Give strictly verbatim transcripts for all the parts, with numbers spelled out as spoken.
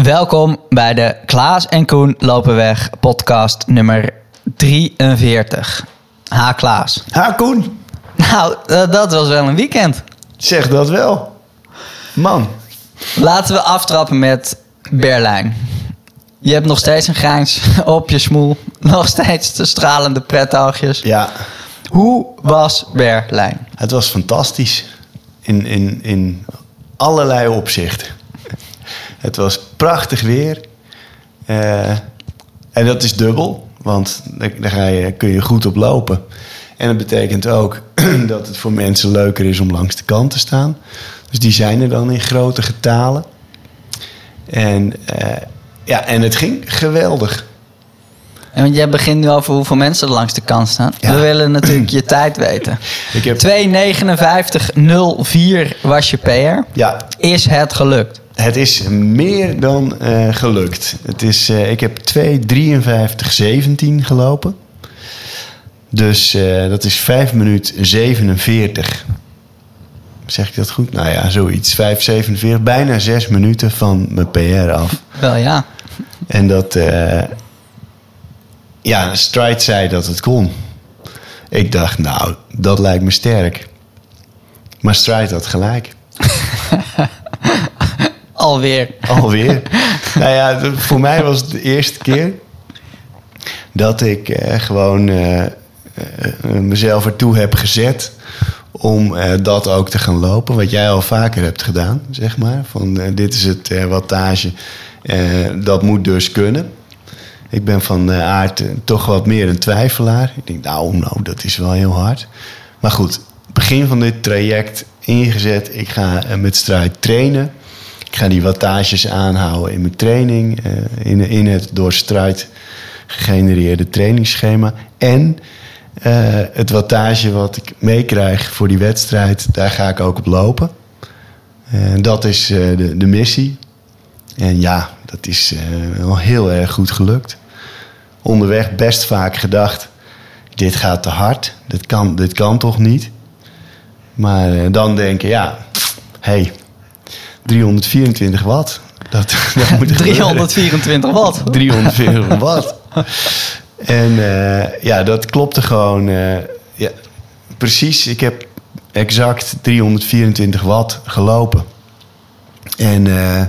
Welkom bij de Klaas en Koen lopen weg podcast nummer drieënveertig. Ha Klaas. Ha Koen. Nou, uh, dat was wel een weekend. Zeg dat wel. Man. Laten we aftrappen met Berlijn. Je hebt nog steeds een grijns op je smoel. Nog steeds de stralende prettoogjes. Ja. Hoe was Berlijn? Het was fantastisch. In, in, in allerlei opzichten. Het was prachtig weer. Uh, en dat is dubbel. Want daar, daar ga je, kun je goed op lopen. En dat betekent ook dat het voor mensen leuker is om langs de kant te staan. Dus die zijn er dan in grote getalen. En, uh, ja, en het ging geweldig. En want jij begint nu over hoeveel mensen er langs de kant staan. Ja. We willen natuurlijk je tijd weten. Ik heb... twee negenenvijftig nul vier was je P R. Ja. Is het gelukt? Het is meer dan uh, gelukt. Het is, uh, ik heb twee drieënvijftig zeventien gelopen. Dus uh, dat is vijf minuten zevenenveertig. Zeg ik dat goed? Nou ja, zoiets. vijf zevenenveertig, bijna zes minuten van mijn P R af. Wel ja. En dat... Uh, ja, Stride zei dat het kon. Ik dacht, nou, dat lijkt me sterk. Maar Stride had gelijk. Alweer. Alweer. Nou ja, voor mij was het de eerste keer dat ik uh, gewoon uh, uh, mezelf ertoe heb gezet om uh, dat ook te gaan lopen. Wat jij al vaker hebt gedaan, zeg maar. Van uh, dit is het uh, wattage, uh, dat moet dus kunnen. Ik ben van uh, aard uh, toch wat meer een twijfelaar. Ik denk, nou, nou, dat is wel heel hard. Maar goed, begin van dit traject ingezet. Ik ga uh, met Stride trainen. Ik ga die wattages aanhouden in mijn training. Uh, in, in het door Stride gegenereerde trainingsschema. En uh, het wattage wat ik meekrijg voor die wedstrijd, daar ga ik ook op lopen. En uh, dat is uh, de, de missie. En ja, dat is uh, wel heel erg goed gelukt. Onderweg best vaak gedacht, dit gaat te hard. Dit kan, dit kan toch niet? Maar uh, dan denken, ja, hey, driehonderdvierentwintig watt. Dat, dat moet driehonderdvierentwintig watt. driehonderdvierentwintig watt. En uh, ja, dat klopte gewoon. Uh, ja, precies, ik heb exact driehonderdvierentwintig watt gelopen. En... Uh,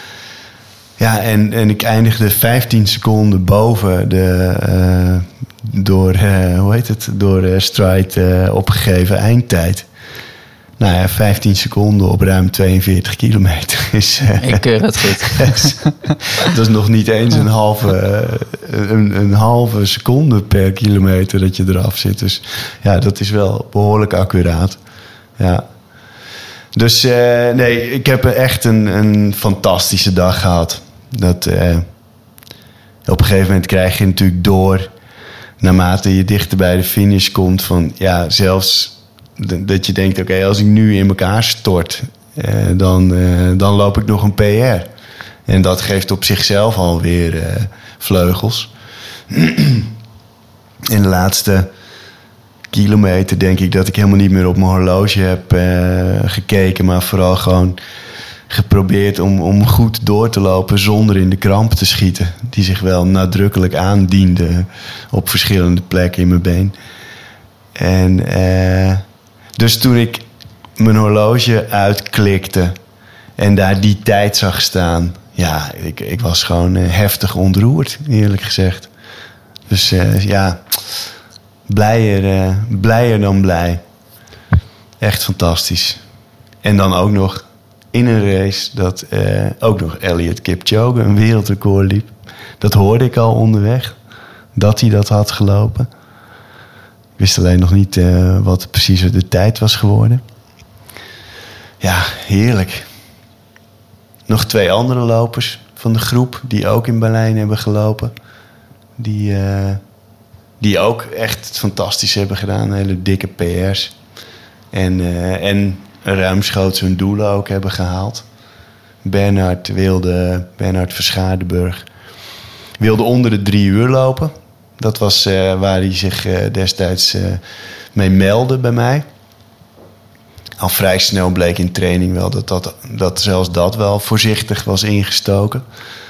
Ja, en, en ik eindigde vijftien seconden boven de uh, door, uh, hoe heet het, door uh, Stride uh, opgegeven eindtijd. Nou ja, vijftien seconden op ruim tweeënveertig kilometer. Is, uh, ik keur het goed. Dat is nog niet eens een halve, uh, een, een halve seconde per kilometer dat je eraf zit. Dus ja, dat is wel behoorlijk accuraat. Ja. Dus uh, nee, ik heb echt een, een fantastische dag gehad. Dat, uh, op een gegeven moment krijg je natuurlijk door, naarmate je dichter bij de finish komt, van ja, zelfs d- dat je denkt, oké, okay, als ik nu in elkaar stort, uh, dan, uh, dan loop ik nog een P R. En dat geeft op zichzelf alweer uh, vleugels. In de laatste kilometer denk ik dat ik helemaal niet meer op mijn horloge heb uh, gekeken, maar vooral gewoon geprobeerd om, om goed door te lopen zonder in de kramp te schieten, die zich wel nadrukkelijk aandiende op verschillende plekken in mijn been. En uh, dus toen ik mijn horloge uitklikte en daar die tijd zag staan, ja, ik, ik was gewoon uh, heftig ontroerd, eerlijk gezegd. Dus uh, ja, blijer, uh, blijer dan blij. Echt fantastisch. En dan ook nog in een race dat uh, ook nog Eliud Kipchoge een wereldrecord liep. Dat hoorde ik al onderweg, dat hij dat had gelopen. Ik wist alleen nog niet uh, wat precies de tijd was geworden. Ja, heerlijk. Nog twee andere lopers van de groep die ook in Berlijn hebben gelopen. Die, uh, die ook echt fantastisch hebben gedaan. Hele dikke P R's. En, uh, en ruimschoots hun doelen ook hebben gehaald. Bernhard wilde, Bernhard Verschaardenburg wilde onder de drie uur lopen. Dat was uh, waar hij zich uh, destijds uh, mee meldde bij mij. Al vrij snel bleek in training wel dat, dat, dat zelfs dat wel voorzichtig was ingestoken.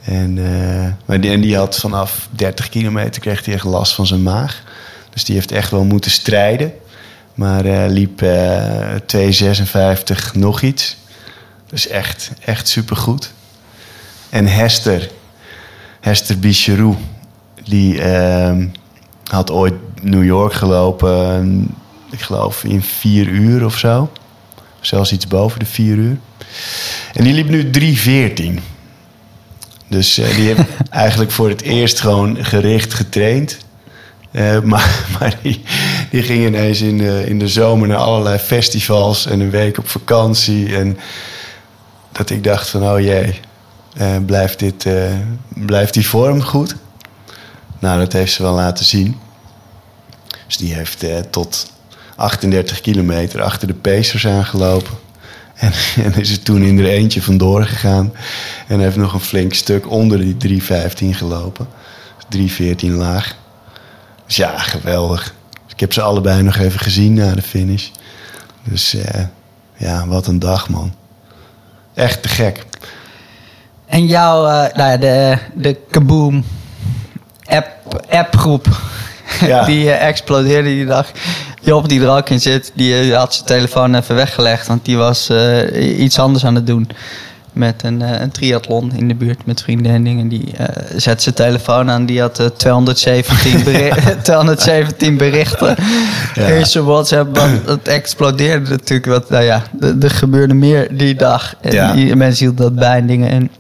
En, uh, maar die, en die had vanaf dertig kilometer kreeg hij echt last van zijn maag. Dus die heeft echt wel moeten strijden. Maar uh, liep uh, twee zesenvijftig nog iets. Dus echt, echt supergoed. En Hester, Hester Bicherou, die uh, had ooit New York gelopen, ik geloof in vier uur of zo. Zelfs iets boven de vier uur. En die liep nu drie veertien. Dus uh, die heeft eigenlijk voor het eerst gewoon gericht getraind. Uh, maar maar die, die ging ineens in de, in de zomer naar allerlei festivals en een week op vakantie. En dat ik dacht van, oh jee, uh, blijft, dit, uh, blijft die vorm goed? Nou, dat heeft ze wel laten zien. Dus die heeft uh, tot achtendertig kilometer achter de Pacers aangelopen. En, en is er toen in er eentje vandoor gegaan. En heeft nog een flink stuk onder die drie vijftien gelopen. drie veertien laag. Dus ja, geweldig. Ik heb ze allebei nog even gezien na de finish. Dus uh, ja, wat een dag, man. Echt te gek. En jouw, uh, nou ja, de, de Kaboom app, appgroep, ja. die uh, explodeerde die dag. Job, die er ook in zit, die uh, had zijn telefoon even weggelegd. Want die was uh, iets anders aan het doen. Met een, uh, een triathlon in de buurt met vrienden en dingen. Die uh, zet zijn telefoon aan. Die had uh, tweehonderdzeventien, beri- tweehonderdzeventien berichten ja. in zijn WhatsApp. Want het explodeerde natuurlijk. Wat, nou ja, er gebeurde meer die dag. En ja. die, mensen hielden dat bij en dingen. En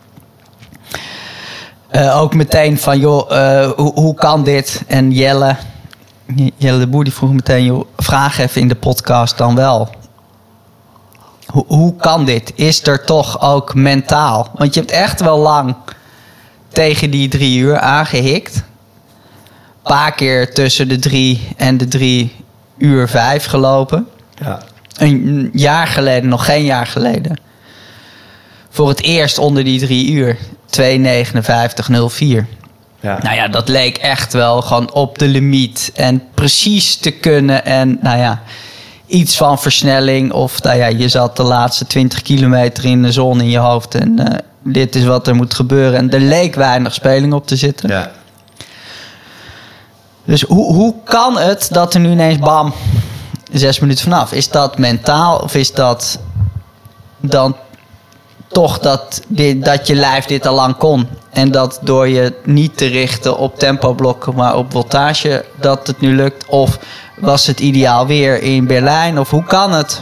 uh, ook meteen van, joh, uh, hoe, hoe kan dit? En Jelle, Jelle de Boer, die vroeg meteen, joh, vraag even in de podcast dan wel. Hoe, hoe kan dit? Is er toch ook mentaal? Want je hebt echt wel lang tegen die drie uur aangehikt. Een paar keer tussen de drie en de drie uur vijf gelopen. Ja. Een jaar geleden, nog geen jaar geleden. Voor het eerst onder die drie uur. twee negenenvijftig nul vier. Ja. Nou ja, dat leek echt wel gewoon op de limiet. En precies te kunnen. En nou ja, iets van versnelling. Of nou ja, je zat de laatste twintig kilometer in de zon in je hoofd. En uh, dit is wat er moet gebeuren. En er leek weinig speling op te zitten. Ja. Dus hoe, hoe kan het dat er nu ineens bam, zes minuten vanaf? Is dat mentaal of is dat dan toch dat, dit, dat je lijf dit al lang kon? En dat door je niet te richten op tempoblokken, maar op voltage, dat het nu lukt? Of was het ideaal weer in Berlijn? Of hoe kan het?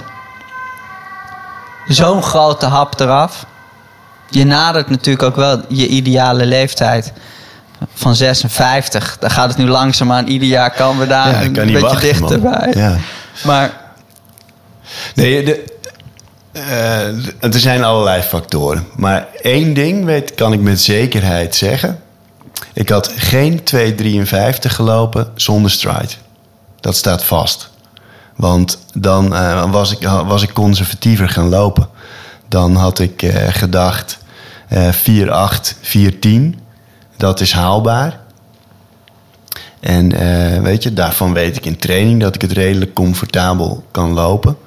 Zo'n grote hap eraf. Je nadert natuurlijk ook wel je ideale leeftijd van zesenvijftig. Daar gaat het nu langzaamaan. Ieder jaar komen we daar ja, een beetje wachten, dichterbij. Ja. Maar nee, de, uh, er zijn allerlei factoren. Maar één ding weet, kan ik met zekerheid zeggen. Ik had geen twee drieënvijftig gelopen zonder stride. Dat staat vast. Want dan uh, was, ik, was ik conservatiever gaan lopen. Dan had ik uh, gedacht uh, vier acht, vier tien. Dat is haalbaar. En uh, weet je, daarvan weet ik in training dat ik het redelijk comfortabel kan lopen.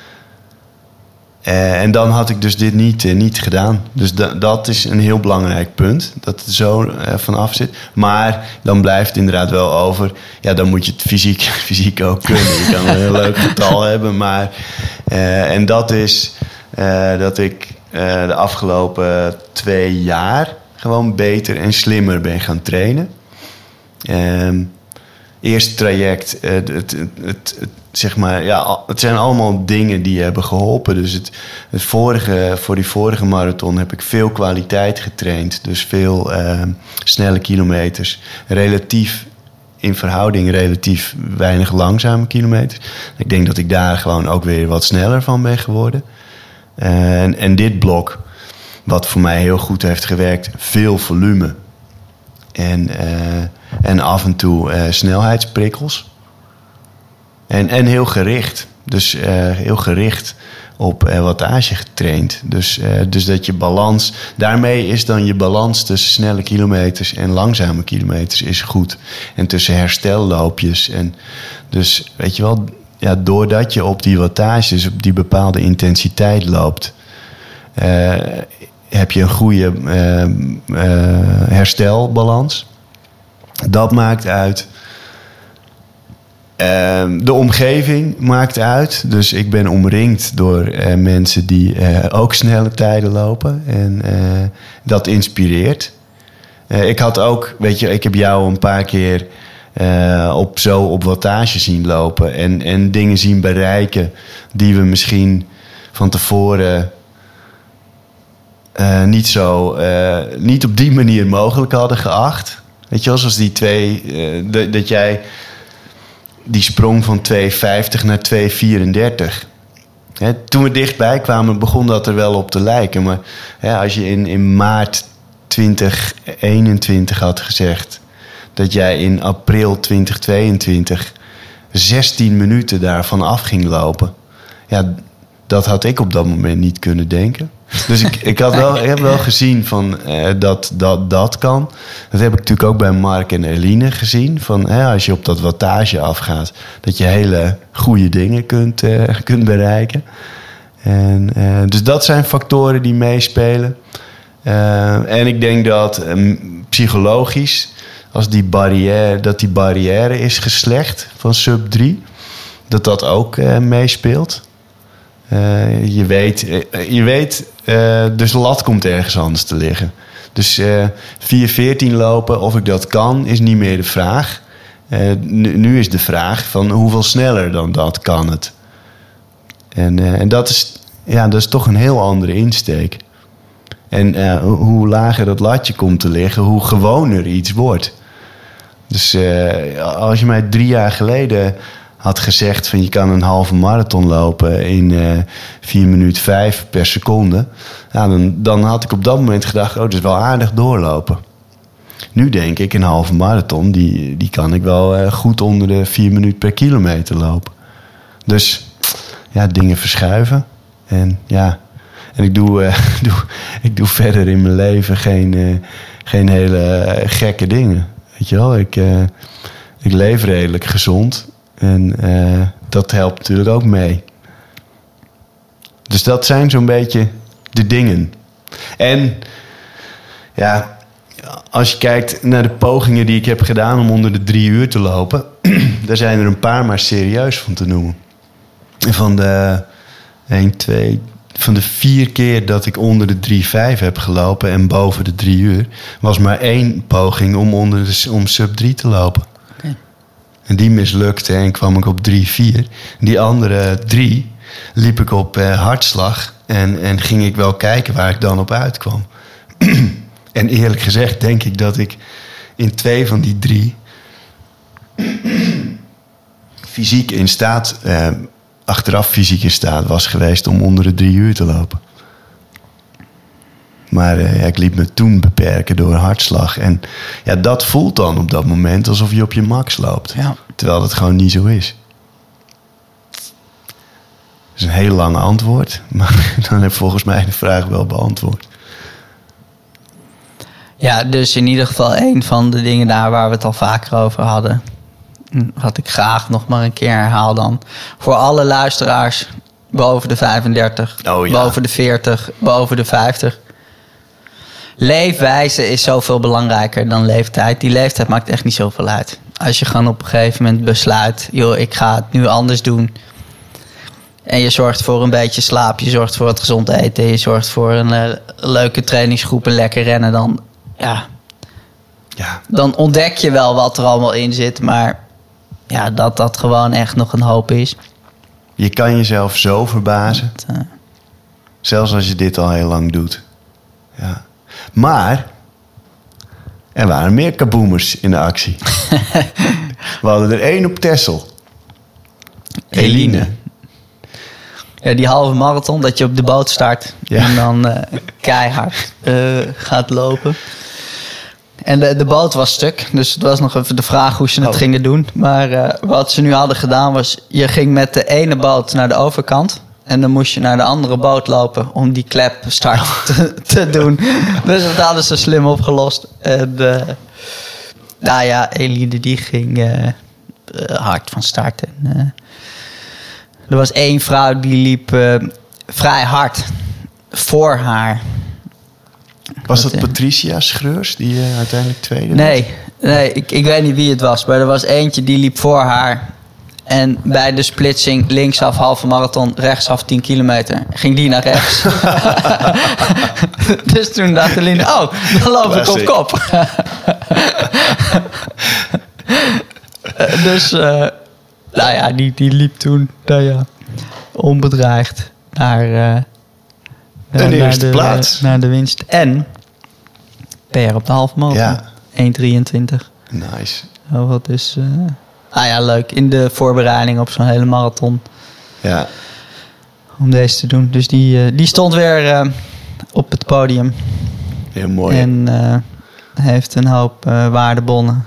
Uh, en dan had ik dus dit niet, uh, niet gedaan. Dus da- dat is een heel belangrijk punt. Dat het zo uh, vanaf zit. Maar dan blijft het inderdaad wel over. Ja, dan moet je het fysiek, fysiek ook kunnen. Je kan een heel leuk getal hebben. Maar, uh, en dat is uh, dat ik uh, de afgelopen twee jaar gewoon beter en slimmer ben gaan trainen. Um, eerste traject, uh, het, het, het, het, zeg maar, ja, het zijn allemaal dingen die hebben geholpen. Dus het, het vorige, voor die vorige marathon heb ik veel kwaliteit getraind. Dus veel uh, snelle kilometers. Relatief, in verhouding relatief weinig langzame kilometers. Ik denk dat ik daar gewoon ook weer wat sneller van ben geworden. Uh, en, en dit blok, wat voor mij heel goed heeft gewerkt, veel volume. En, uh, en af en toe uh, snelheidsprikkels. En, en heel gericht. Dus uh, heel gericht op uh, wattage getraind. Dus, uh, dus dat je balans. Daarmee is dan je balans tussen snelle kilometers en langzame kilometers is goed. En tussen herstelloopjes. En dus weet je wel, ja, doordat je op die wattage, dus op die bepaalde intensiteit loopt, Uh, heb je een goede uh, uh, herstelbalans. Dat maakt uit. Uh, de omgeving maakt uit. Dus ik ben omringd door uh, mensen die uh, ook snelle tijden lopen. En uh, dat inspireert. Uh, ik had ook, weet je, ik heb jou een paar keer uh, op zo op wattage zien lopen. En, en dingen zien bereiken die we misschien van tevoren uh, niet zo, uh, niet op die manier mogelijk hadden geacht. Weet je wel, zoals die twee, uh, de, dat jij die sprong van twee vijftig naar twee vierendertig. Hè, toen we dichtbij kwamen, begon dat er wel op te lijken. Maar hè, als je in, in maart twintig eenentwintig had gezegd dat jij in april twintig tweeëntwintig zestien minuten daarvan af ging lopen, ja, dat had ik op dat moment niet kunnen denken. Dus ik, ik, had wel, ik heb wel gezien van, uh, dat, dat dat kan. Dat heb ik natuurlijk ook bij Mark en Eline gezien. Van, hè, als je op dat wattage afgaat, dat je hele goede dingen kunt, uh, kunt bereiken. En, uh, dus dat zijn factoren die meespelen. Uh, en ik denk dat um, psychologisch, als die barrière, dat die barrière is geslecht van sub drie, dat dat ook uh, meespeelt. Uh, je weet, uh, je weet uh, dus de lat komt ergens anders te liggen. Dus uh, vier veertien lopen, of ik dat kan, is niet meer de vraag. Uh, nu, nu is de vraag van hoeveel sneller dan dat kan het. En, uh, en dat, is, ja, dat is toch een heel andere insteek. En uh, hoe lager dat latje komt te liggen, hoe gewoner iets wordt. Dus uh, als je mij drie jaar geleden had gezegd van je kan een halve marathon lopen in uh, vier minuten vijf per seconde, ja, dan, dan had ik op dat moment gedacht, oh, dat is wel aardig doorlopen. Nu denk ik, een halve marathon, die, die kan ik wel uh, goed onder de vier minuten per kilometer lopen. Dus ja, dingen verschuiven. En ja, en ik doe, uh, doe, ik doe verder in mijn leven geen, uh, geen hele uh, gekke dingen. Weet je wel, ik, uh, ik leef redelijk gezond. En uh, dat helpt natuurlijk ook mee. Dus dat zijn zo'n beetje de dingen. En ja, als je kijkt naar de pogingen die ik heb gedaan om onder de drie uur te lopen, daar zijn er een paar maar serieus van te noemen. Van de één, twee, van de vier keer dat ik onder de drie vijf heb gelopen en boven de drie uur, was maar één poging om onder de, om sub drie te lopen. Okay. En die mislukte en kwam ik op drie vier. Die andere drie liep ik op uh, hartslag en, en ging ik wel kijken waar ik dan op uitkwam. En eerlijk gezegd denk ik dat ik in twee van die drie fysiek in staat, uh, achteraf fysiek in staat was geweest om onder de drie uur te lopen. Maar uh, ja, ik liet me toen beperken door hartslag. En ja, dat voelt dan op dat moment alsof je op je max loopt. Ja. Terwijl dat gewoon niet zo is. Dat is een heel lang antwoord. Maar dan heb ik volgens mij de vraag wel beantwoord. Ja, dus in ieder geval een van de dingen daar waar we het al vaker over hadden. Wat ik graag nog maar een keer herhaal dan. Voor alle luisteraars boven de vijfendertig, oh, ja. boven de veertig, boven de vijftig. Leefwijze is zoveel belangrijker dan leeftijd. Die leeftijd maakt echt niet zoveel uit. Als je gewoon op een gegeven moment besluit, joh, ik ga het nu anders doen. En je zorgt voor een beetje slaap, je zorgt voor wat gezond eten, je zorgt voor een uh, leuke trainingsgroep en lekker rennen, dan ja, ja, dan ontdek je wel wat er allemaal in zit, maar ja, dat dat gewoon echt nog een hoop is. Je kan jezelf zo verbazen. Dat, uh... Zelfs als je dit al heel lang doet. Ja. Maar er waren meer kaboomers in de actie. We hadden er één op Texel. Eline. Ja, die halve marathon, dat je op de boot start. Ja. En dan uh, keihard uh, gaat lopen. En de, de boot was stuk. Dus het was nog even de vraag hoe ze het oh. gingen doen. Maar uh, wat ze nu hadden gedaan was, je ging met de ene boot naar de overkant. En dan moest je naar de andere boot lopen om die klep start te, te doen. Dus dat hadden ze slim opgelost. En uh, nou ja, Eline die ging uh, uh, hard van start. En, uh, er was één vrouw die liep uh, vrij hard voor haar. Was dat Patricia Schreurs, die uh, uiteindelijk tweede Nee, nee ik, ik weet niet wie het was. Maar er was eentje die liep voor haar. En bij de splitsing linksaf halve marathon, rechtsaf tien kilometer. Ging die naar rechts. Dus toen dacht Eline, oh, dan loop Classic. ik op kop. uh, dus, uh, nou ja, die, die liep toen nou ja, onbedreigd naar, uh, naar, de naar, de, plaats. naar de winst. En P R op de halve marathon. Ja. één drieëntwintig. Nice. Oh, wat is... Uh, Ah ja, leuk. In de voorbereiding op zo'n hele marathon. Ja. Om deze te doen. Dus die, uh, die stond weer uh, op het podium. Heel mooi. En uh, heeft een hoop uh, waardebonnen.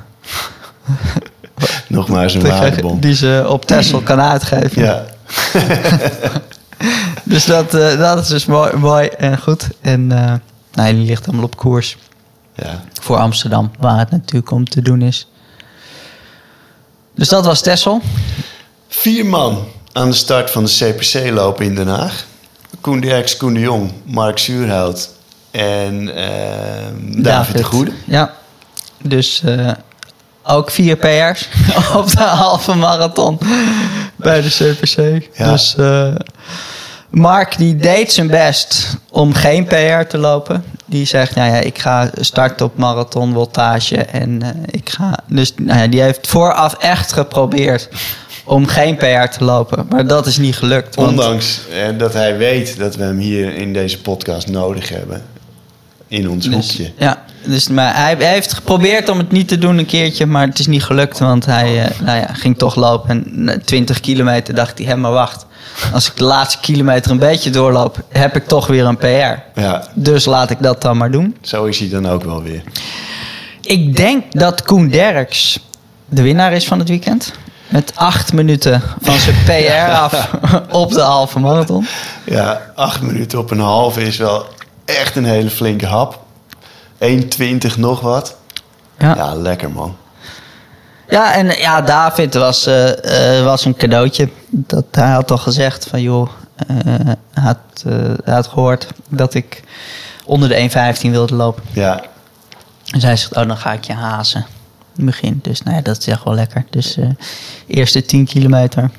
Nog maar eens een waardebon. Die ze op Texel kan uitgeven. Ja. Dus dat, uh, dat is dus mooi, mooi en goed. En uh, nou, die ligt allemaal op koers. Ja. Voor Amsterdam, waar het natuurlijk om te doen is. Dus dat was Texel. Vier man aan de start van de C P C-loop in Den Haag. Koen Derks, Koen de Jong, Mark Zuurhout en uh, David, David de Goede. Ja, dus uh, ook vier P R's op de halve marathon bij de C P C. Ja. Dus uh, Mark die deed zijn best om geen P R te lopen. Die zegt, nou ja, ik ga starten op marathon voltage. En uh, ik ga... Dus nou ja, die heeft vooraf echt geprobeerd om geen P R te lopen. Maar dat is niet gelukt. Want... Ondanks eh, dat hij weet dat we hem hier in deze podcast nodig hebben. In ons dus, hoekje. Ja, dus, maar hij, hij heeft geprobeerd om het niet te doen een keertje. Maar het is niet gelukt, want hij uh, nou ja, ging toch lopen. En twintig kilometer dacht hij, hé, maar wacht. Als ik de laatste kilometer een beetje doorloop, heb ik toch weer een P R. Ja. Dus laat ik dat dan maar doen. Zo is hij dan ook wel weer. Ik denk dat Koen Derks de winnaar is van het weekend. Met acht minuten van zijn P R af op de halve marathon. Ja, acht minuten op een halve is wel echt een hele flinke hap. één twintig nog wat. Ja, ja lekker man. Ja, en ja, David was, uh, uh, was een cadeautje. Dat, hij had al gezegd van joh, uh, hij, had, uh, hij had gehoord dat ik onder de één vijftien wilde lopen. Ja. En zij zegt, oh, dan ga ik je hazen. In het begin. Dus nou ja, dat is echt wel lekker. Dus uh, eerste tien kilometer.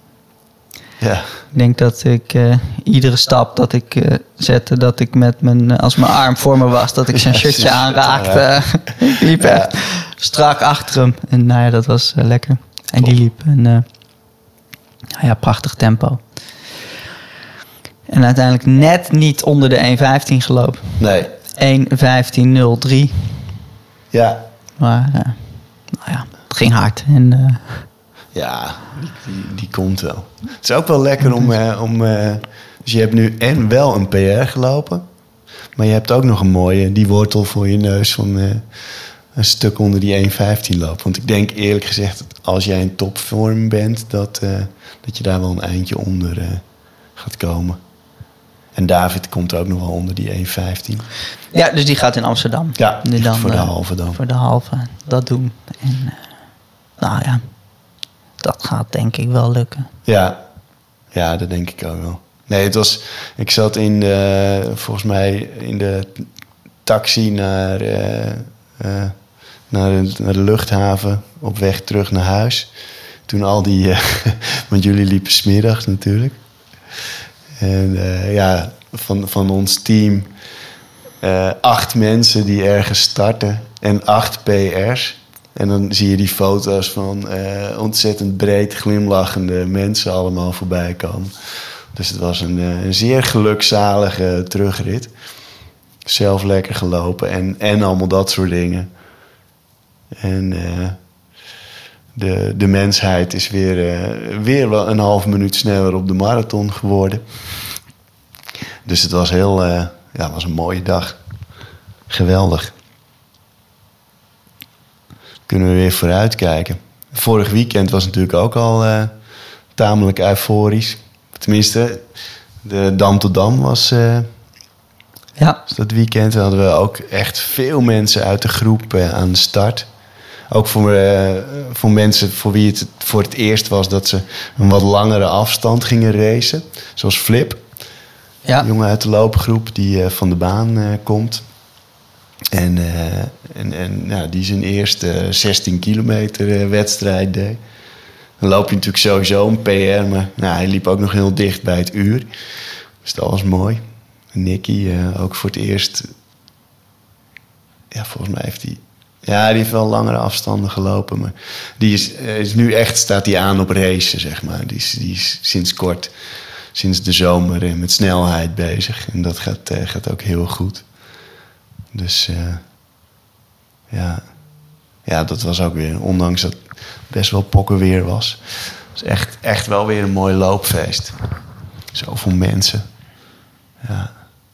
Ja. Ik denk dat ik uh, iedere stap dat ik uh, zette, dat ik met mijn, uh, als mijn arm voor me was, dat ik zijn ja, shirtje aanraakte. Ja. Ik liep ja. echt strak achter hem. En nou ja, dat was uh, lekker. En Top. Die liep een uh, nou ja, prachtig tempo. En uiteindelijk net niet onder de één vijftien gelopen. Nee. één vijftien nul drie. Ja. Maar uh, nou ja, het ging hard. En... Uh, Ja, die, die, die komt wel. Het is ook wel lekker om... Uh, om uh, dus je hebt nu en wel een P R gelopen. Maar je hebt ook nog een mooie... die wortel voor je neus van uh, een stuk onder die één vijftien loopt. Want ik denk eerlijk gezegd... dat als jij in topvorm bent... dat, uh, dat je daar wel een eindje onder uh, gaat komen. En David komt ook nog wel onder die één vijftien. Ja, dus die gaat in Amsterdam. Ja, die dan, voor de uh, halve dan. Voor de halve, dat doen. En uh, nou ja... Dat gaat denk ik wel lukken. Ja, ja, dat denk ik ook wel. Nee, het was... Ik zat in de... Volgens mij in de taxi naar... Uh, uh, naar, de, naar de luchthaven. Op weg terug naar huis. Toen al die... Uh, want jullie liepen 's middags natuurlijk. En uh, ja, van, van ons team... Uh, acht mensen die ergens starten. En acht P R's. En dan zie je die foto's van uh, ontzettend breed glimlachende mensen allemaal voorbij komen. Dus het was een, uh, een zeer gelukzalige terugrit. Zelf lekker gelopen en, en allemaal dat soort dingen. En uh, de, de mensheid is weer, uh, weer wel een half minuut sneller op de marathon geworden. Dus het was heel, uh, ja, het was een mooie dag. Geweldig. Kunnen we weer vooruitkijken. Vorig weekend was natuurlijk ook al uh, tamelijk euforisch. Tenminste, de Dam tot Dam was, uh, ja. was dat weekend. Hadden we ook echt veel mensen uit de groep uh, aan de start. Ook voor, uh, voor mensen voor wie het voor het eerst was... dat ze een wat langere afstand gingen racen. Zoals Flip. Ja. Een jongen uit de loopgroep die uh, van de baan uh, komt. En, uh, en, en nou, die zijn eerste zestien kilometer uh, wedstrijd deed. Dan loop je natuurlijk sowieso een P R, maar nou, hij liep ook nog heel dicht bij het uur. Dus dat was mooi. Nicky uh, ook voor het eerst. Ja, volgens mij heeft hij. Ja, die heeft wel langere afstanden gelopen, maar die is, uh, is nu echt, staat hij aan op racen, zeg maar. Die is, die is sinds kort, sinds de zomer uh, met snelheid bezig. En dat gaat, uh, gaat ook heel goed. Dus uh, ja. ja, dat was ook weer, ondanks dat het best wel pokkenweer was. Het was echt, echt wel weer een mooi loopfeest. Zoveel mensen. Ja.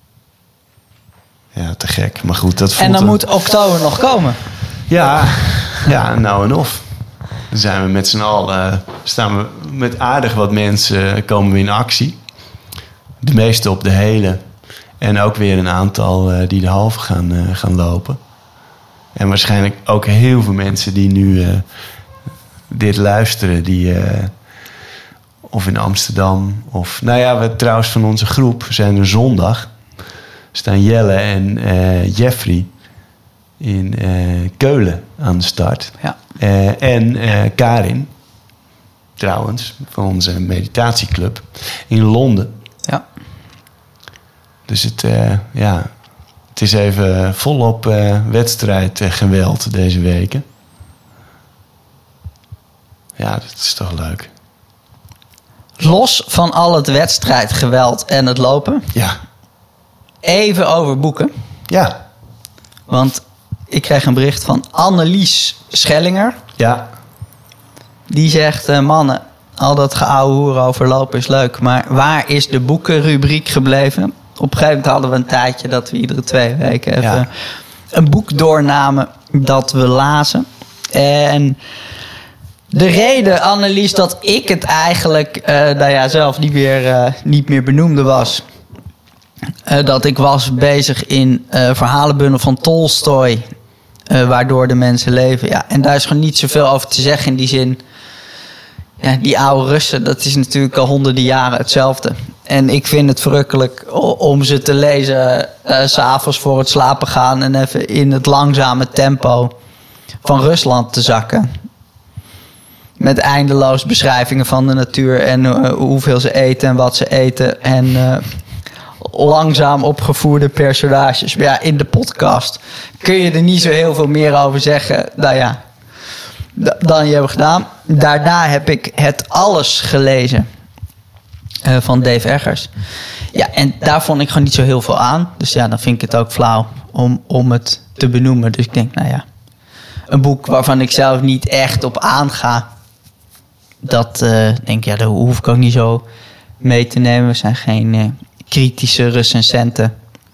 Ja, te gek. Maar goed, dat voelt... En dan een... moet oktober nog komen. Ja, ja, nou en of. Dan zijn we met z'n allen... staan we met aardig wat mensen... komen we in actie. De meeste op de hele. En ook weer een aantal uh, die de halve gaan, uh, gaan lopen. En waarschijnlijk ook heel veel mensen die nu uh, dit luisteren... die uh, of in Amsterdam of... Nou ja, we trouwens van onze groep zijn er zondag... staan Jelle en uh, Jeffrey in uh, Keulen aan de start. Ja. Uh, en uh, Karin, trouwens, van onze meditatieclub in Londen. Ja. Dus het, uh, ja, het is even volop uh, wedstrijd uh, geweld deze weken. Ja, dat is toch leuk. Los van al het wedstrijdgeweld en het lopen... Ja. Even over boeken. Ja. Want ik kreeg een bericht van Annelies Schellinger. Ja. Die zegt, uh, mannen, al dat geouwe hoeren over lopen is leuk... maar waar is de boekenrubriek gebleven? Op een gegeven moment hadden we een tijdje... dat we iedere twee weken even ja. een boek doornamen dat we lazen. En de reden, Annelies, dat ik het eigenlijk... Uh, nou ja, zelf niet meer, uh, niet meer benoemde was... Uh, dat ik was bezig in uh, verhalenbundel van Tolstoj... Uh, waardoor de mensen leven. Ja, en daar is gewoon niet zoveel over te zeggen in die zin. Ja, die oude Russen, dat is natuurlijk al honderden jaren hetzelfde. En ik vind het verrukkelijk om ze te lezen... Uh, 's avonds voor het slapen gaan... en even in het langzame tempo van Rusland te zakken. Met eindeloos beschrijvingen van de natuur... en uh, hoeveel ze eten en wat ze eten... en uh, langzaam opgevoerde personages. Maar ja, in de podcast kun je er niet zo heel veel meer over zeggen. Nou ja, d- dan je hebt gedaan. Daarna heb ik Het Alles gelezen uh, van Dave Eggers. Ja, en daar vond ik gewoon niet zo heel veel aan. Dus ja, dan vind ik het ook flauw om, om het te benoemen. Dus ik denk, nou ja, een boek waarvan ik zelf niet echt op aanga. Dat uh, denk ik, ja, daar hoef ik ook niet zo mee te nemen. We zijn geen... Uh, kritische recensenten.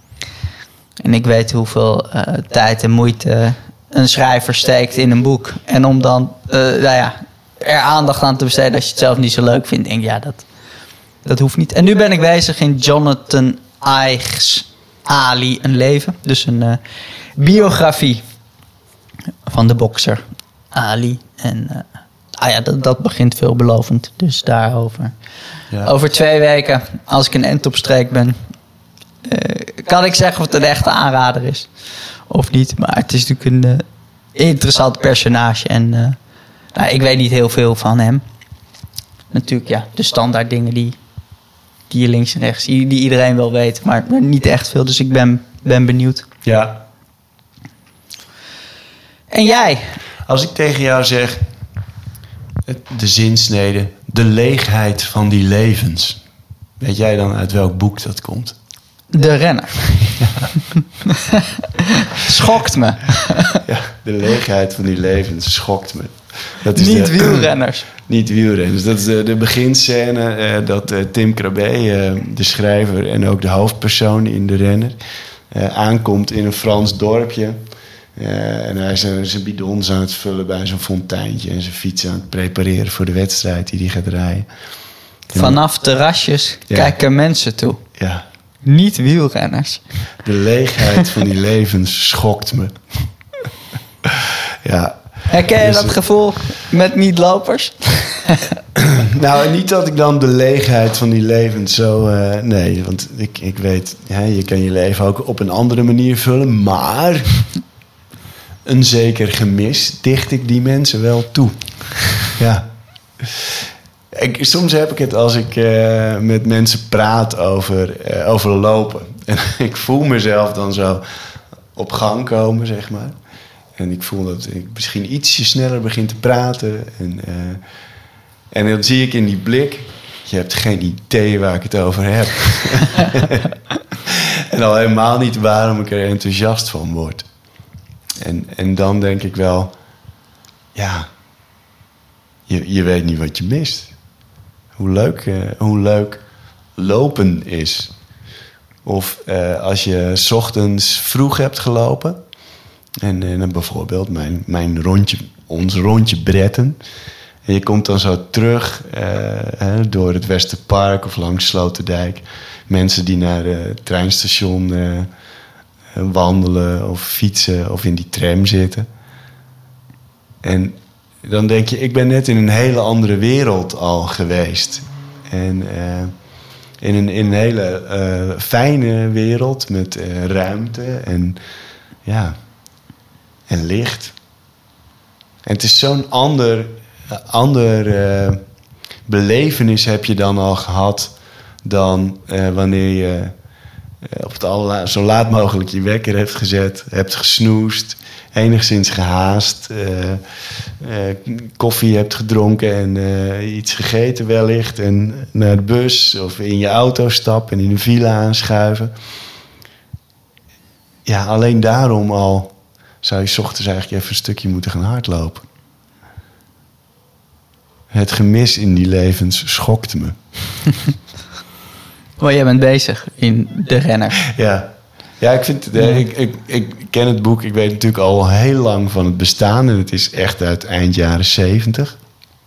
En ik weet hoeveel uh, tijd en moeite een schrijver steekt in een boek. En om dan uh, nou ja, er aandacht aan te besteden als je het zelf niet zo leuk vindt. Denk ik, ja, dat, dat hoeft niet. En nu ben ik bezig in Jonathan Ives Ali, Een Leven. Dus een uh, biografie van de bokser Ali. En uh, ah ja, dat, dat begint veelbelovend. Dus daarover... Ja. Over twee weken, als ik een end op streek ben... Uh, kan ik zeggen of het een echte aanrader is. Of niet. Maar het is natuurlijk een uh, interessant personage. En uh, nou, ik weet niet heel veel van hem. Natuurlijk, ja, de standaard dingen die, die je links en rechts... die iedereen wel weet, maar niet echt veel. Dus ik ben, ben benieuwd. Ja. En jij? Als ik tegen jou zeg... de zinsnede... de leegheid van die levens. Weet jij dan uit welk boek dat komt? De Renner. Ja. Schokt me. Ja, de leegheid van die levens schokt me. Dat is niet de, wielrenners. Niet wielrenners. Dat is de, de beginscène uh, dat uh, Tim Krabbe, uh, de schrijver... en ook de hoofdpersoon in De Renner... Uh, aankomt in een Frans dorpje... Uh, en hij is zijn bidons aan het vullen bij zo'n fonteintje... en zijn fiets aan het prepareren voor de wedstrijd die hij gaat rijden. En vanaf terrasjes ja. kijken mensen toe. Ja. Niet wielrenners. De leegheid van die levens schokt me. Ja. Herken je dus dat gevoel met niet-lopers? Nou, niet dat ik dan de leegheid van die leven zo... Uh, nee, want ik, ik weet... Ja, je kan je leven ook op een andere manier vullen. Maar een zeker gemis dicht ik die mensen wel toe. Ja. Ik, soms heb ik het als ik uh, met mensen praat over, uh, over lopen. En ik voel mezelf dan zo op gang komen, zeg maar. En ik voel dat ik misschien ietsje sneller begin te praten. En, uh, en dan zie ik in die blik... Je hebt geen idee waar ik het over heb. En al helemaal niet waarom ik er enthousiast van word. En, en dan denk ik wel... Ja, je, je weet niet wat je mist. Hoe leuk, uh, hoe leuk lopen is. Of uh, als je 's ochtends vroeg hebt gelopen... En, en bijvoorbeeld mijn, mijn rondje, ons rondje Bretten. En je komt dan zo terug uh, hè, door het Westerpark of langs Sloterdijk. Mensen die naar het treinstation uh, wandelen of fietsen of in die tram zitten. En dan denk je, ik ben net in een hele andere wereld al geweest. En uh, in, een, in een hele uh, fijne wereld met uh, ruimte en ja... En licht. En het is zo'n ander, ander uh, belevenis heb je dan al gehad... dan uh, wanneer je uh, op het allerla- zo laat mogelijk je wekker hebt gezet... hebt gesnoest, enigszins gehaast... Uh, uh, koffie hebt gedronken en uh, iets gegeten wellicht... en naar de bus of in je auto stappen en in de villa aanschuiven. Ja, alleen daarom al... zou je 's ochtends eigenlijk even een stukje moeten gaan hardlopen. Het gemis in die levens schokte me. Maar jij bent bezig in De Renner. Ja, ja ik, vind, ja. Ik, ik, ik ken het boek. Ik weet natuurlijk al heel lang van het bestaan. En het is echt uit eind jaren zeventig.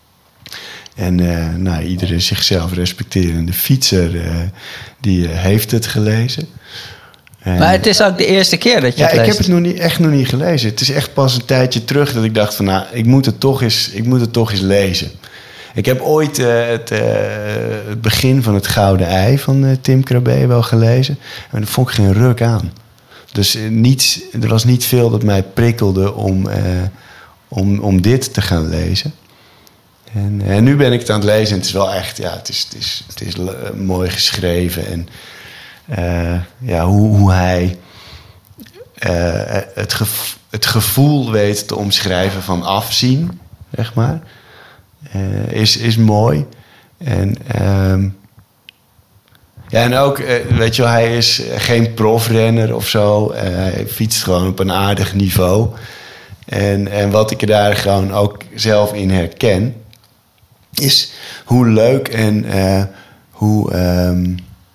En uh, nou, iedere zichzelf respecterende fietser... Uh, die uh, heeft het gelezen... En maar het is ook de eerste keer dat je ja, het leest. Ja, ik heb het nog niet, echt nog niet gelezen. Het is echt pas een tijdje terug dat ik dacht van... nou, ik moet het toch eens, ik moet het toch eens lezen. Ik heb ooit uh, het, uh, het begin van het Gouden Ei van uh, Tim Krabbe wel gelezen. En daar vond ik geen ruk aan. Dus uh, niets, er was niet veel dat mij prikkelde om, uh, om, om dit te gaan lezen. En, en nu ben ik het aan het lezen en het is wel echt... ja, het is, het is, het is uh, mooi geschreven en... Uh, ja, hoe, hoe hij uh, het, gevo- het gevoel weet te omschrijven van afzien, zeg maar, uh, is, is mooi. En, uh, ja, en ook, uh, weet je wel, hij is geen profrenner of zo. Uh, hij fietst gewoon op een aardig niveau. En, en wat ik er daar gewoon ook zelf in herken, is hoe leuk en uh, hoe... Um,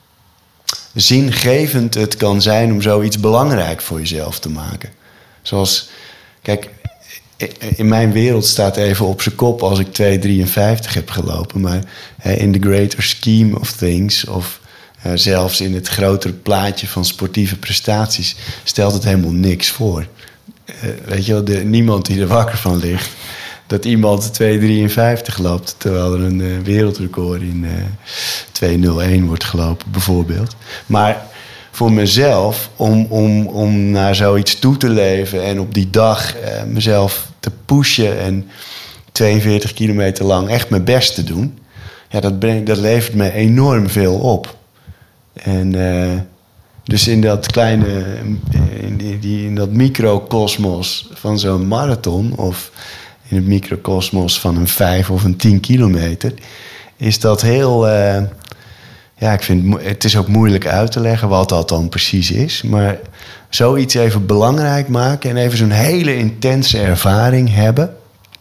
zingevend het kan zijn om zoiets belangrijk voor jezelf te maken. Zoals, kijk, in mijn wereld staat even op zijn kop als ik twee drieënvijftig heb gelopen. Maar in the greater scheme of things, of uh, zelfs in het grotere plaatje van sportieve prestaties, stelt het helemaal niks voor. Uh, weet je wel, de, niemand die er wakker van ligt dat iemand twee drieënvijftig loopt... terwijl er een uh, wereldrecord in uh, twee nul één wordt gelopen, bijvoorbeeld. Maar voor mezelf, om, om, om naar zoiets toe te leven... en op die dag uh, mezelf te pushen... en tweeënveertig kilometer lang echt mijn best te doen... ja, dat, brengt, dat levert me enorm veel op. En uh, dus in dat kleine... in, die, die, in dat microcosmos van zo'n marathon... of in het microcosmos van een vijf of een tien kilometer... is dat heel... Uh, ja, ik vind het is ook moeilijk uit te leggen wat dat dan precies is. Maar zoiets even belangrijk maken... en even zo'n hele intense ervaring hebben...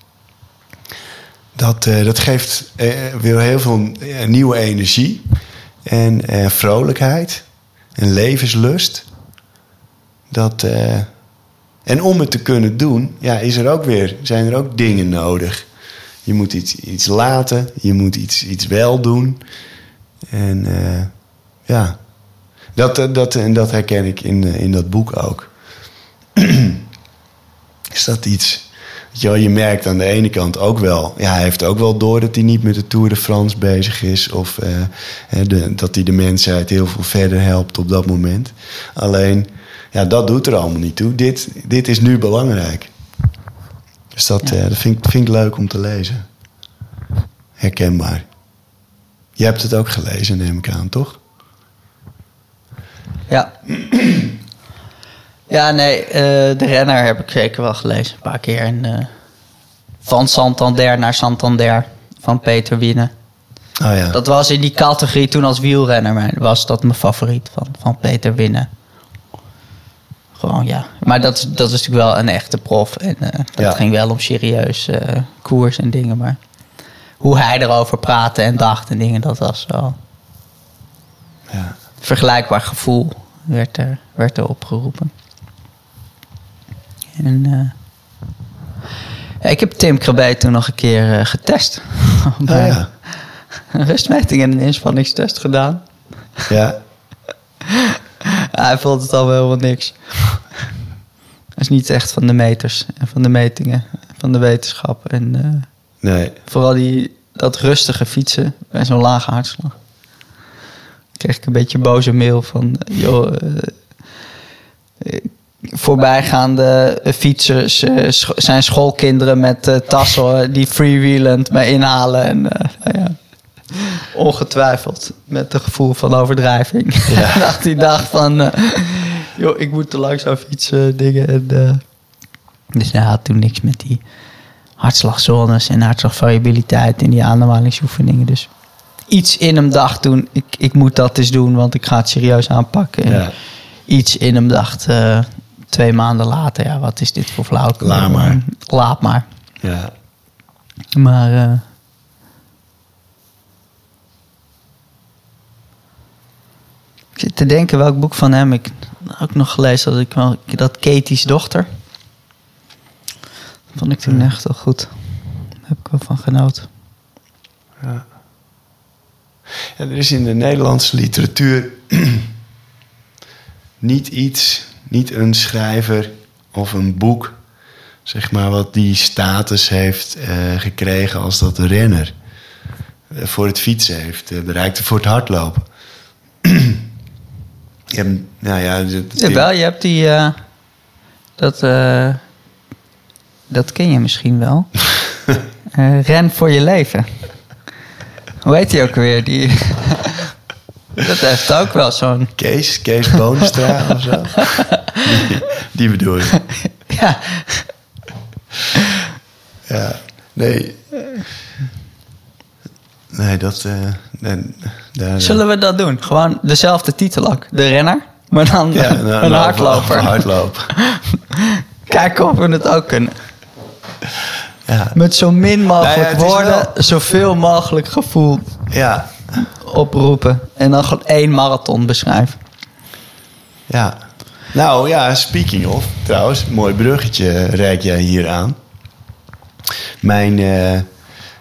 dat, uh, dat geeft uh, weer heel veel uh, nieuwe energie... en uh, vrolijkheid en levenslust. Dat... Uh, En om het te kunnen doen, ja, is er ook weer, zijn er ook dingen nodig. Je moet iets, iets laten, je moet iets, iets wel doen. En uh, ja, dat, dat, en dat herken ik in, in dat boek ook. Is dat iets Ja, je merkt aan de ene kant ook wel... Ja, hij heeft ook wel door dat hij niet met de Tour de France bezig is... of uh, de, dat hij de mensheid heel veel verder helpt op dat moment. Alleen, ja, dat doet er allemaal niet toe. Dit, dit is nu belangrijk. Dus dat, ja. uh, dat vind, vind ik leuk om te lezen. Herkenbaar. Je hebt het ook gelezen, neem ik aan, toch? Ja. Ja, nee, uh, De Renner heb ik zeker wel gelezen. Een paar keer. En, uh, van Santander naar Santander. Van Peter Wiene. Oh ja. Dat was in die categorie toen als wielrenner. Maar was dat mijn favoriet van, van Peter Wiene. Gewoon, ja. Maar dat, dat is natuurlijk wel een echte prof. En uh, dat ja. ging wel om serieus uh, koers en dingen. Maar hoe hij erover praatte en dacht en dingen, dat was wel... Ja. Vergelijkbaar gevoel werd er, werd er opgeroepen. En uh, ja, ik heb Tim Krabbe toen nog een keer uh, getest. Oh, ja. Een rustmeting en een inspanningstest gedaan. Ja. Ja, hij vond het al wel helemaal niks. Hij is niet echt van de meters en van de metingen, van de wetenschap. En uh, nee. Vooral die, dat rustige fietsen bij zo'n lage hartslag. Kreeg ik een beetje een boze mail van... joh, uh, voorbijgaande fietsers uh, sch- zijn schoolkinderen met uh, tassen die freewheelend me inhalen. En uh, nou ja, ongetwijfeld met een gevoel van overdrijving. Ja. Dat hij dacht van... Uh, joh, ik moet te langzaam fietsen, dingen. En, uh, dus hij had toen niks met die hartslagzones en hartslagvariabiliteit en die ademhalingsoefeningen. Dus iets in hem dacht toen, ik, ik moet dat eens doen, want ik ga het serieus aanpakken. En ja. Iets in hem dacht, uh, twee maanden later, ja, wat is dit voor flauwekul? Laat maar. Laat maar. Ja. Maar... Uh, ik zit te denken welk boek van hem ik ook nog gelezen had. Ik wel, dat Katie's dochter. Dat vond ik toen ja. echt wel goed. Daar heb ik wel van genoten. Ja. Ja, er is in de Nederlandse literatuur niet iets, niet een schrijver of een boek, zeg maar, wat die status heeft uh, gekregen als dat de renner uh, voor het fietsen heeft uh, bereikt, voor het hardlopen. Je hebt, nou ja, dat, Jawel, je hebt die, uh, dat, uh, dat ken je misschien wel. uh, Ren voor je leven. Hoe heet die ook weer? Die, dat heeft ook wel zo'n... Kees, Kees Boonstra of zo. Die, die bedoel je. Ja. Ja, nee. Nee, dat... Uh, nee, daar, Zullen we dat doen? Gewoon dezelfde titel ook. De renner, maar dan ja, nou, een nou, hardloper. Een hardloper. Kijken of we het ook kunnen. Ja. Met zo min mogelijk nou ja, woorden, wel... zoveel mogelijk gevoel ja. oproepen. En dan gewoon één marathon beschrijven. Ja. Nou ja, speaking of, trouwens, mooi bruggetje reik jij hier aan. Mijn, uh, uh,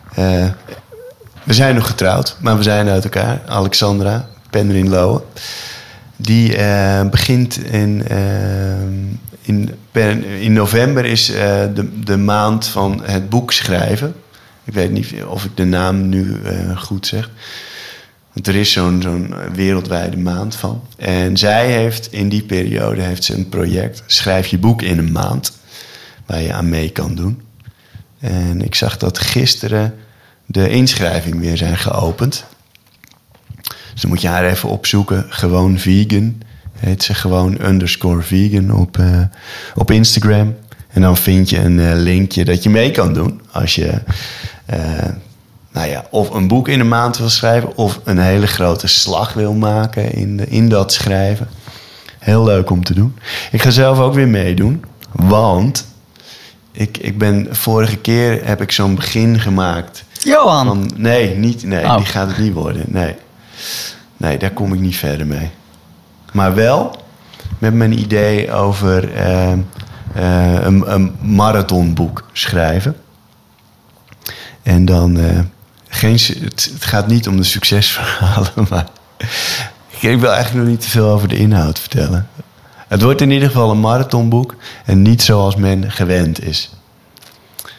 we zijn nog getrouwd, maar we zijn uit elkaar. Alexandra, Penrin Lowe. Die uh, begint in... Uh, In, in november is uh, de, de maand van het boek schrijven. Ik weet niet of ik de naam nu uh, goed zeg. Want er is zo'n, zo'n wereldwijde maand van. En zij heeft in die periode heeft ze een project. Schrijf je boek in een maand. Waar je aan mee kan doen. En ik zag dat gisteren de inschrijving weer zijn geopend. Dus dan moet je haar even opzoeken. Gewoon vegan. Heet ze gewoon underscore vegan op, uh, op Instagram. En dan vind je een uh, linkje dat je mee kan doen. Als je uh, nou ja, of een boek in een maand wil schrijven... of een hele grote slag wil maken in, de, in dat schrijven. Heel leuk om te doen. Ik ga zelf ook weer meedoen. Want ik, ik ben vorige keer heb ik zo'n begin gemaakt. Johan! Van, nee, niet, nee oh. die gaat het niet worden. Nee. nee, daar kom ik niet verder mee. Maar wel met mijn idee over uh, uh, een, een marathonboek schrijven. En dan... Uh, geen, het, het gaat niet om de succesverhalen, maar... Ik wil eigenlijk nog niet te veel over de inhoud vertellen. Het wordt in ieder geval een marathonboek. En niet zoals men gewend is.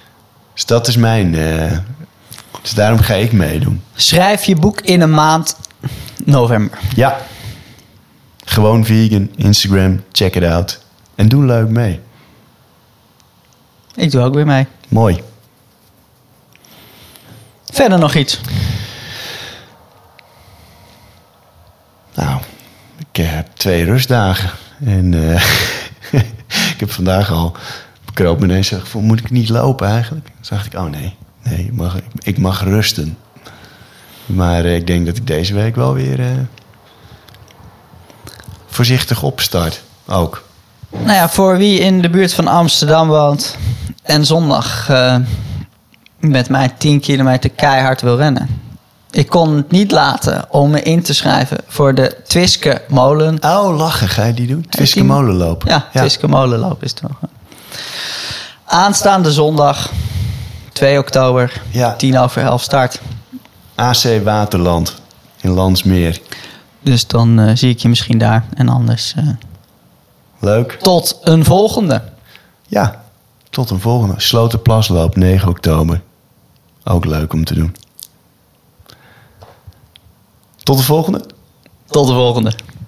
Dus dat is mijn... Uh, dus daarom ga ik meedoen. Schrijf je boek in een maand november. Ja. Gewoon vegan, Instagram, check it out. En doe leuk mee. Ik doe ook weer mee. Mooi. Verder nog iets? Nou, ik heb twee rustdagen. En uh, ik heb vandaag al... Ik kroop me ineens en zei, moet ik niet lopen eigenlijk? Toen dacht ik, oh nee, nee ik, mag, ik mag rusten. Maar uh, ik denk dat ik deze week wel weer uh, voorzichtig opstart. Ook. Nou ja, voor wie in de buurt van Amsterdam woont en zondag uh, met mij tien kilometer keihard wil rennen. Ik kon het niet laten om me in te schrijven voor de Twiske Molen. Oh, lachen. Ga je die doen? Twiske Molenloop. Ja, ja. Twiske Molenloop is het nog. Aanstaande zondag, twee oktober, ja. tien over elf start. A C Waterland in Landsmeer. Dus dan uh, zie ik je misschien daar en anders... Uh, Leuk. Tot een volgende. Ja, tot een volgende. Slotenplasloop, negen oktober. Ook leuk om te doen. Tot de volgende. Tot de volgende.